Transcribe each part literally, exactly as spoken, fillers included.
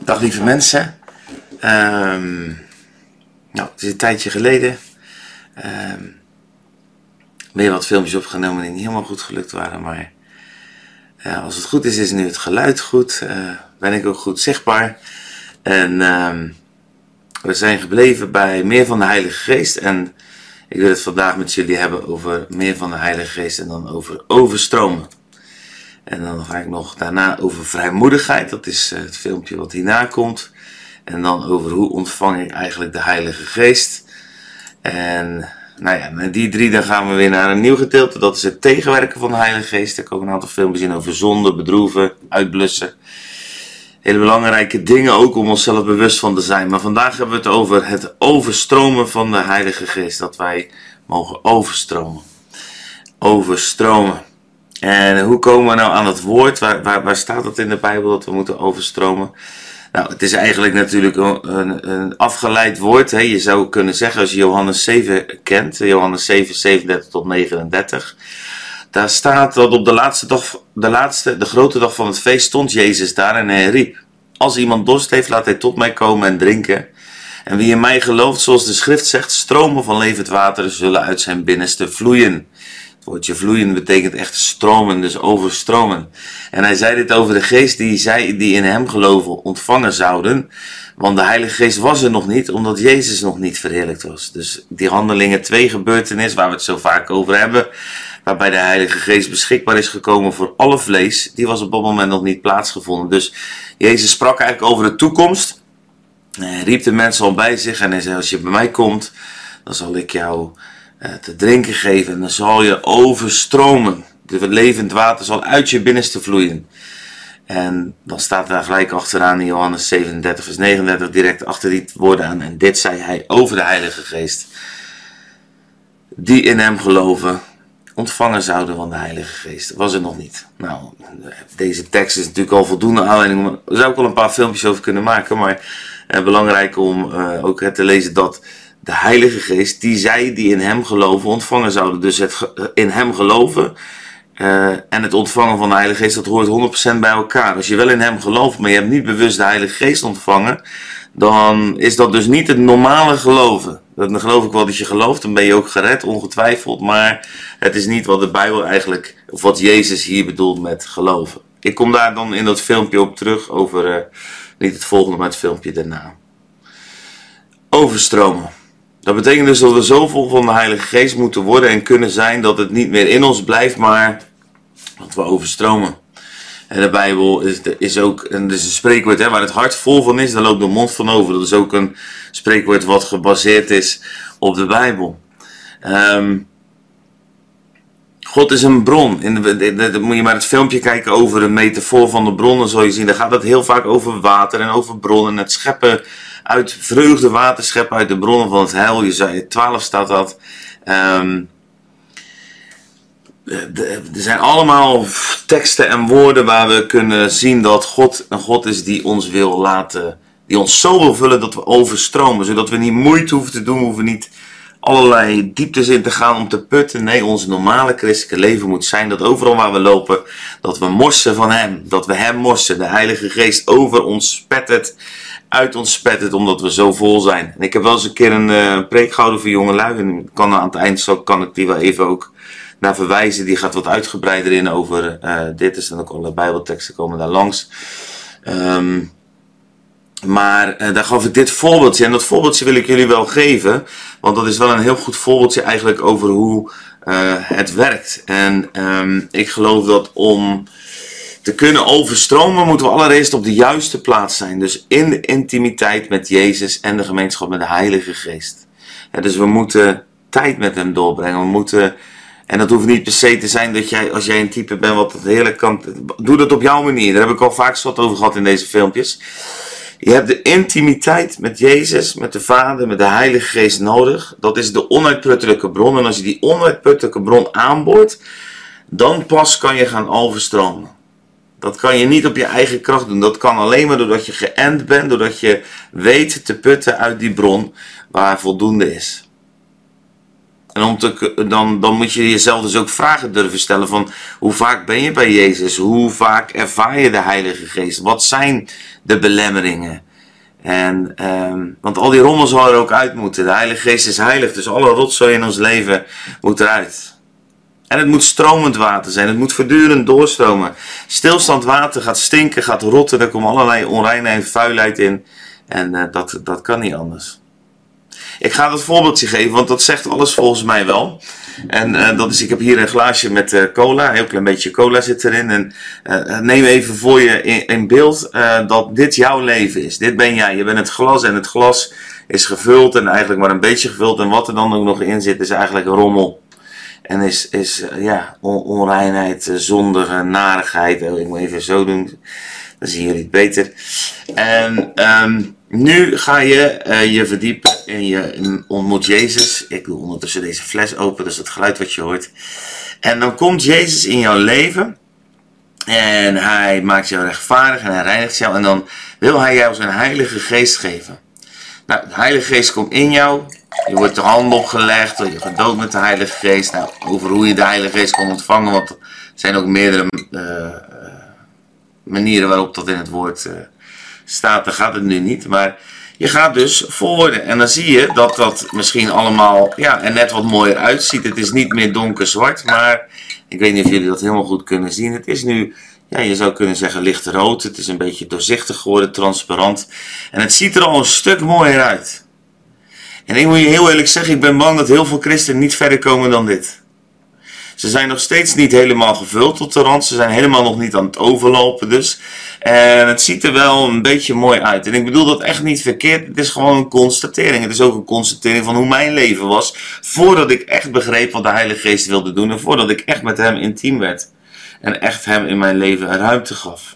Dag lieve mensen. Um, nou, het is een tijdje geleden. Um, weer wat filmpjes opgenomen die niet helemaal goed gelukt waren. Maar uh, als het goed is, is nu het geluid goed. Uh, ben ik ook goed zichtbaar. En um, we zijn gebleven bij meer van de Heilige Geest. En ik wil het vandaag met jullie hebben over meer van de Heilige Geest en dan over overstromen. En dan ga ik nog daarna over vrijmoedigheid. Dat is het filmpje wat hierna komt. En dan over hoe ontvang ik eigenlijk de Heilige Geest. En nou ja, met die drie dan gaan we weer naar een nieuw gedeelte. Dat is het tegenwerken van de Heilige Geest. Er komen een aantal filmpjes in over zonde, bedroeven, uitblussen. Hele belangrijke dingen ook om onszelf bewust van te zijn. Maar vandaag hebben we het over het overstromen van de Heilige Geest. Dat wij mogen overstromen. Overstromen. En hoe komen we nou aan het woord? Waar, waar, waar staat het in de Bijbel dat we moeten overstromen? Nou, het is eigenlijk natuurlijk een, een afgeleid woord. Hè. Je zou kunnen zeggen, als je Johannes zeven kent, Johannes zeven, zevenendertig tot negenendertig. Daar staat dat op de laatste dag, de laatste, de grote dag van het feest stond Jezus daar en hij riep: als iemand dorst heeft, laat hij tot mij komen en drinken. En wie in mij gelooft, zoals de schrift zegt, stromen van levend water zullen uit zijn binnenste vloeien. Het woordje vloeien betekent echt stromen, dus overstromen. En hij zei dit over de geest die zij die in hem geloven ontvangen zouden. Want de Heilige Geest was er nog niet, omdat Jezus nog niet verheerlijkt was. Dus die Handelingen twee gebeurtenis, waar we het zo vaak over hebben, waarbij de Heilige Geest beschikbaar is gekomen voor alle vlees, die was op dat moment nog niet plaatsgevonden. Dus Jezus sprak eigenlijk over de toekomst. Hij riep de mensen al bij zich en hij zei: als je bij mij komt, dan zal ik jou uh, te drinken geven en dan zal je overstromen. Het levend water zal uit je binnenste vloeien. En dan staat daar gelijk achteraan in Johannes zevenendertig vers negenendertig direct achter die woorden aan: en dit zei hij over de Heilige Geest, die in hem geloven ontvangen zouden van de Heilige Geest. Dat was er nog niet. Nou, deze tekst is natuurlijk al voldoende aanleiding om, er zou ik wel een paar filmpjes over kunnen maken, maar eh, belangrijk om uh, ook het te lezen dat de Heilige Geest, die zij die in hem geloven ontvangen zouden. Dus het ge- in hem geloven uh, en het ontvangen van de Heilige Geest, dat hoort honderd procent bij elkaar. Als je wel in hem gelooft, maar je hebt niet bewust de Heilige Geest ontvangen, dan is dat dus niet het normale geloven. Dan geloof ik wel dat je gelooft, dan ben je ook gered, ongetwijfeld. Maar het is niet wat de Bijbel eigenlijk, of wat Jezus hier bedoelt met geloven. Ik kom daar dan in dat filmpje op terug, over, uh, niet het volgende, maar het filmpje daarna. Overstromen. Dat betekent dus dat we zo vol van de Heilige Geest moeten worden en kunnen zijn dat het niet meer in ons blijft, maar dat we overstromen. En de Bijbel is, is ook, en dat is een spreekwoord, hè, waar het hart vol van is, daar loopt de mond van over. Dat is ook een spreekwoord wat gebaseerd is op de Bijbel. Um, God is een bron. In de, de, de, de, moet je maar het filmpje kijken over een metafoor van de bron, dan zal je zien, daar gaat het heel vaak over water en over bronnen. Het scheppen uit vreugde, water scheppen uit de bronnen van het heil. Jesaja twaalf staat dat. Um, Er zijn allemaal teksten en woorden waar we kunnen zien dat God een God is die ons wil laten, die ons zo wil vullen dat we overstromen, zodat we niet moeite hoeven te doen, we hoeven niet allerlei dieptes in te gaan om te putten. Nee, ons normale christelijke leven moet zijn dat overal waar we lopen, dat we morsen van hem, dat we hem morsen, de Heilige Geest over ons spettert, uit ons spettert, omdat we zo vol zijn. En ik heb wel eens een keer een uh, preek gehouden voor jongelui, en kan aan het eind zo kan ik die wel even ook naar verwijzen. Die gaat wat uitgebreider in over uh, dit. Dus dan ook alle Bijbelteksten komen daar langs. Um, maar uh, daar gaf ik dit voorbeeldje. En dat voorbeeldje wil ik jullie wel geven. Want dat is wel een heel goed voorbeeldje eigenlijk over hoe uh, het werkt. En um, ik geloof dat om te kunnen overstromen moeten we allereerst op de juiste plaats zijn. Dus in de intimiteit met Jezus en de gemeenschap met de Heilige Geest. Ja, dus we moeten tijd met hem doorbrengen. We moeten... En dat hoeft niet per se te zijn dat jij, als jij een type bent wat het heerlijk kan, doe dat op jouw manier. Daar heb ik al vaak wat over gehad in deze filmpjes. Je hebt de intimiteit met Jezus, met de Vader, met de Heilige Geest nodig. Dat is de onuitputtelijke bron. En als je die onuitputtelijke bron aanboort, dan pas kan je gaan overstromen. Dat kan je niet op je eigen kracht doen. Dat kan alleen maar doordat je geënt bent, doordat je weet te putten uit die bron waar voldoende is. En om te, dan, dan moet je jezelf dus ook vragen durven stellen van hoe vaak ben je bij Jezus? Hoe vaak ervaar je de Heilige Geest? Wat zijn de belemmeringen? En, um, want al die rommel zal er ook uit moeten. De Heilige Geest is heilig, dus alle rotzooi in ons leven moet eruit. En het moet stromend water zijn, het moet voortdurend doorstromen. Stilstand water gaat stinken, gaat rotten, er komen allerlei onreinheid en vuilheid in. En uh, dat, dat kan niet anders. Ik ga dat voorbeeldje geven, want dat zegt alles volgens mij wel. En uh, dat is, ik heb hier een glaasje met uh, cola, een heel klein beetje cola zit erin. En uh, neem even voor je in, in beeld uh, dat dit jouw leven is. Dit ben jij, je bent het glas en het glas is gevuld en eigenlijk maar een beetje gevuld. En wat er dan ook nog in zit is eigenlijk rommel. En is, is uh, ja, on, onreinheid, uh, zondige, narigheid. Oh, ik moet even zo doen, dan zie je het beter. En um, nu ga je uh, je verdiepen en je ontmoet Jezus. Ik doe ondertussen deze fles open, dus het geluid wat je hoort. En dan komt Jezus in jouw leven. En hij maakt jou rechtvaardig en hij reinigt jou. En dan wil hij jou zijn heilige geest geven. Nou, de heilige geest komt in jou. Je wordt de hand opgelegd, je wordt gedoopt met de heilige geest. Nou, over hoe je de heilige geest kan ontvangen, want er zijn ook meerdere uh, manieren waarop dat in het woord uh, staat. Daar gaat het nu niet, maar je gaat dus vol worden. En dan zie je dat dat misschien allemaal ja, er net wat mooier uitziet. Het is niet meer donkerzwart, maar ik weet niet of jullie dat helemaal goed kunnen zien. Het is nu, ja, je zou kunnen zeggen lichtrood. Het is een beetje doorzichtig geworden, transparant. En het ziet er al een stuk mooier uit. En ik moet je heel eerlijk zeggen, ik ben bang dat heel veel christenen niet verder komen dan dit. Ze zijn nog steeds niet helemaal gevuld tot de rand. Ze zijn helemaal nog niet aan het overlopen dus. En het ziet er wel een beetje mooi uit. En ik bedoel dat echt niet verkeerd. Het is gewoon een constatering. Het is ook een constatering van hoe mijn leven was. Voordat ik echt begreep wat de Heilige Geest wilde doen. En voordat ik echt met hem intiem werd. En echt hem in mijn leven ruimte gaf.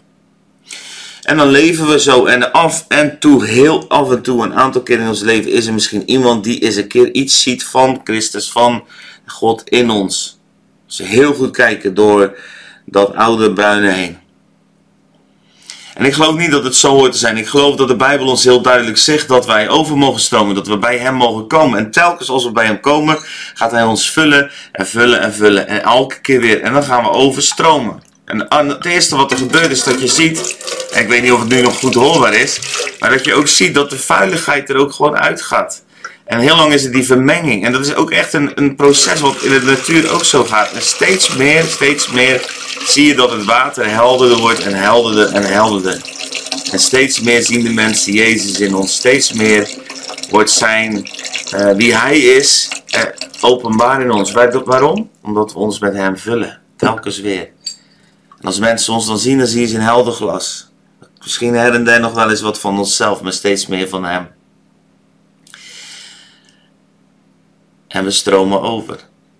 En dan leven we zo. En af en toe, heel af en toe, een aantal keer in ons leven is er misschien iemand die eens een keer iets ziet van Christus, van God in ons. Als we heel goed kijken door dat oude bruine heen. En ik geloof niet dat het zo hoort te zijn. Ik geloof dat de Bijbel ons heel duidelijk zegt dat wij over mogen stromen. Dat we bij hem mogen komen. En telkens als we bij hem komen, gaat hij ons vullen en vullen en vullen. En elke keer weer. En dan gaan we overstromen. En het eerste wat er gebeurt is dat je ziet, en ik weet niet of het nu nog goed hoorbaar is, maar dat je ook ziet dat de vuiligheid er ook gewoon uitgaat. En heel lang is het die vermenging. En dat is ook echt een, een proces wat in de natuur ook zo gaat. En steeds meer, steeds meer zie je dat het water helderder wordt en helderder en helderder. En steeds meer zien de mensen Jezus in ons. Steeds meer wordt zijn, uh, wie hij is, uh, openbaar in ons. Waarom? Omdat we ons met hem vullen. Telkens weer. En als mensen ons dan zien, dan zien ze een helder glas. Misschien her en der nog wel eens wat van onszelf, maar steeds meer van hem. En we stromen over.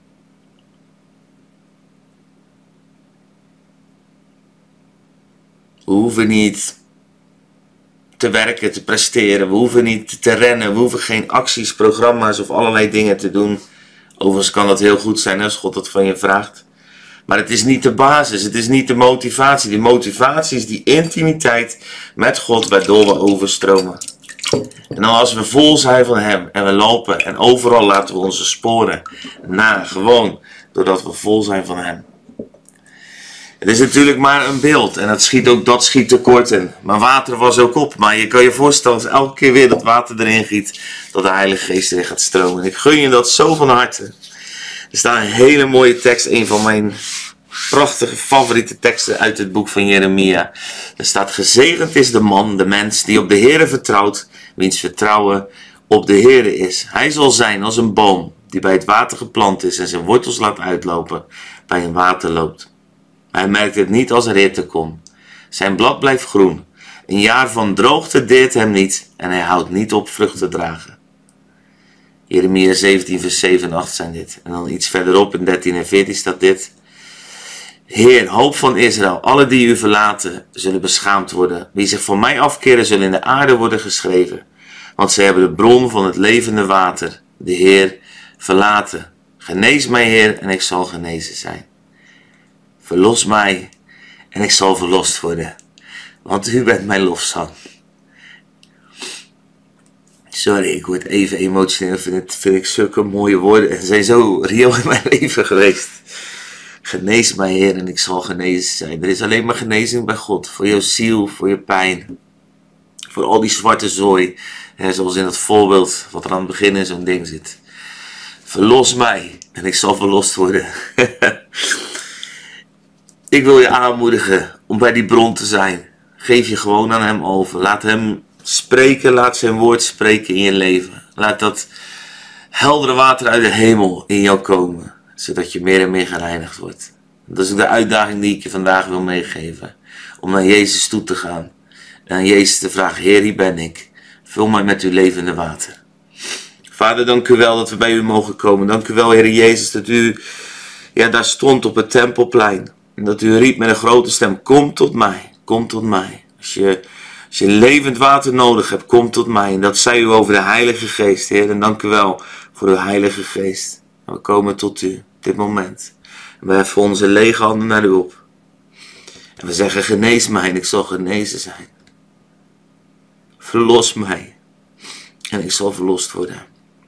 We hoeven niet te werken, te presteren. We hoeven niet te rennen. We hoeven geen acties, programma's of allerlei dingen te doen. Overigens kan dat heel goed zijn als God dat van je vraagt. Maar het is niet de basis. Het is niet de motivatie. De motivatie is die intimiteit met God waardoor we overstromen. En dan als we vol zijn van hem en we lopen en overal laten we onze sporen na. Gewoon doordat we vol zijn van hem. Het is natuurlijk maar een beeld en dat schiet ook dat schiet tekort in. Maar water was ook op. Maar je kan je voorstellen als elke keer weer dat water erin giet, dat de Heilige Geest weer gaat stromen. En ik gun je dat zo van harte. Er staat een hele mooie tekst, een van mijn prachtige favoriete teksten uit het boek van Jeremia. Er staat: gezegend is de man, de mens, die op de Heere vertrouwt, wiens vertrouwen op de Heere is. Hij zal zijn als een boom die bij het water geplant is en zijn wortels laat uitlopen, bij een water loopt. Hij merkt het niet als er hitte komt. Zijn blad blijft groen. Een jaar van droogte deert hem niet en hij houdt niet op vrucht te dragen. Jeremia zeventien vers zeven en acht zijn dit. En dan iets verderop in dertien en veertien staat dit: Heer, hoop van Israël, alle die u verlaten zullen beschaamd worden. Wie zich van mij afkeren zullen in de aarde worden geschreven. Want zij hebben de bron van het levende water, de Heer, verlaten. Genees mij, Heer, en ik zal genezen zijn. Verlos mij en ik zal verlost worden. Want u bent mijn lofzang. Sorry, ik word even emotioneel. Vind, het, vind ik zulke mooie woorden. En ze zijn zo reëel in mijn leven geweest. Genees mij, Heer, en ik zal genezen zijn. Er is alleen maar genezing bij God. Voor jouw ziel, voor je pijn. Voor al die zwarte zooi. Hè, zoals in het voorbeeld wat er aan het begin in zo'n ding zit. Verlos mij en ik zal verlost worden. Ik wil je aanmoedigen om bij die bron te zijn. Geef je gewoon aan hem over. Laat hem spreken, laat zijn woord spreken in je leven. Laat dat heldere water uit de hemel in jou komen. Zodat je meer en meer gereinigd wordt. Dat is ook de uitdaging die ik je vandaag wil meegeven. Om naar Jezus toe te gaan. En aan Jezus te vragen, Heer, hier ben ik. Vul mij met uw levende water. Vader, dank u wel dat we bij u mogen komen. Dank u wel, Heer Jezus, dat u ja, daar stond op het Tempelplein. En dat u riep met een grote stem, kom tot mij, kom tot mij. Als je, als je levend water nodig hebt, kom tot mij. En dat zei u over de Heilige Geest, Heer. En dank u wel voor uw Heilige Geest. En we komen tot u op dit moment. En we heffen onze lege handen naar u op. En we zeggen, genees mij en ik zal genezen zijn. Verlos mij en ik zal verlost worden.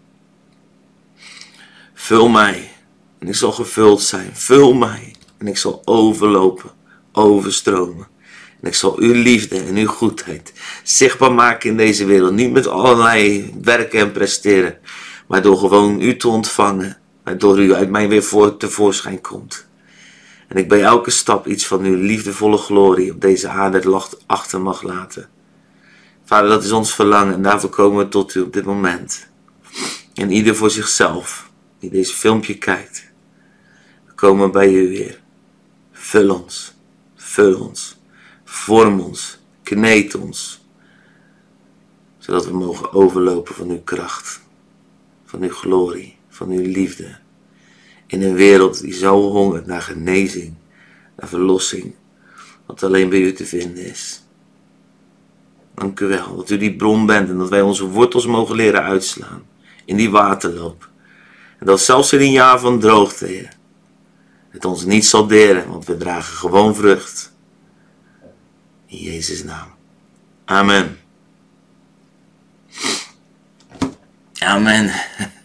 Vul mij en ik zal gevuld zijn. Vul mij en ik zal overlopen, overstromen. En ik zal uw liefde en uw goedheid zichtbaar maken in deze wereld. Niet met allerlei werken en presteren, maar door gewoon u te ontvangen. Waardoor u uit mij weer voor, tevoorschijn komt. En ik bij elke stap iets van uw liefdevolle glorie op deze aarde achter mag laten. Vader, dat is ons verlangen en daarvoor komen we tot u op dit moment. En ieder voor zichzelf, die deze filmpje kijkt. We komen bij u weer. Vul ons, vul ons, vorm ons, kneed ons. Zodat we mogen overlopen van uw kracht, van uw glorie, van uw liefde. In een wereld die zo hongert naar genezing, naar verlossing, wat alleen bij u te vinden is. Dank u wel dat u die bron bent en dat wij onze wortels mogen leren uitslaan in die waterloop. En dat zelfs in een jaar van droogte, Heer, het ons niet zal deren, want we dragen gewoon vrucht. In Jezus' naam. Amen. Amen.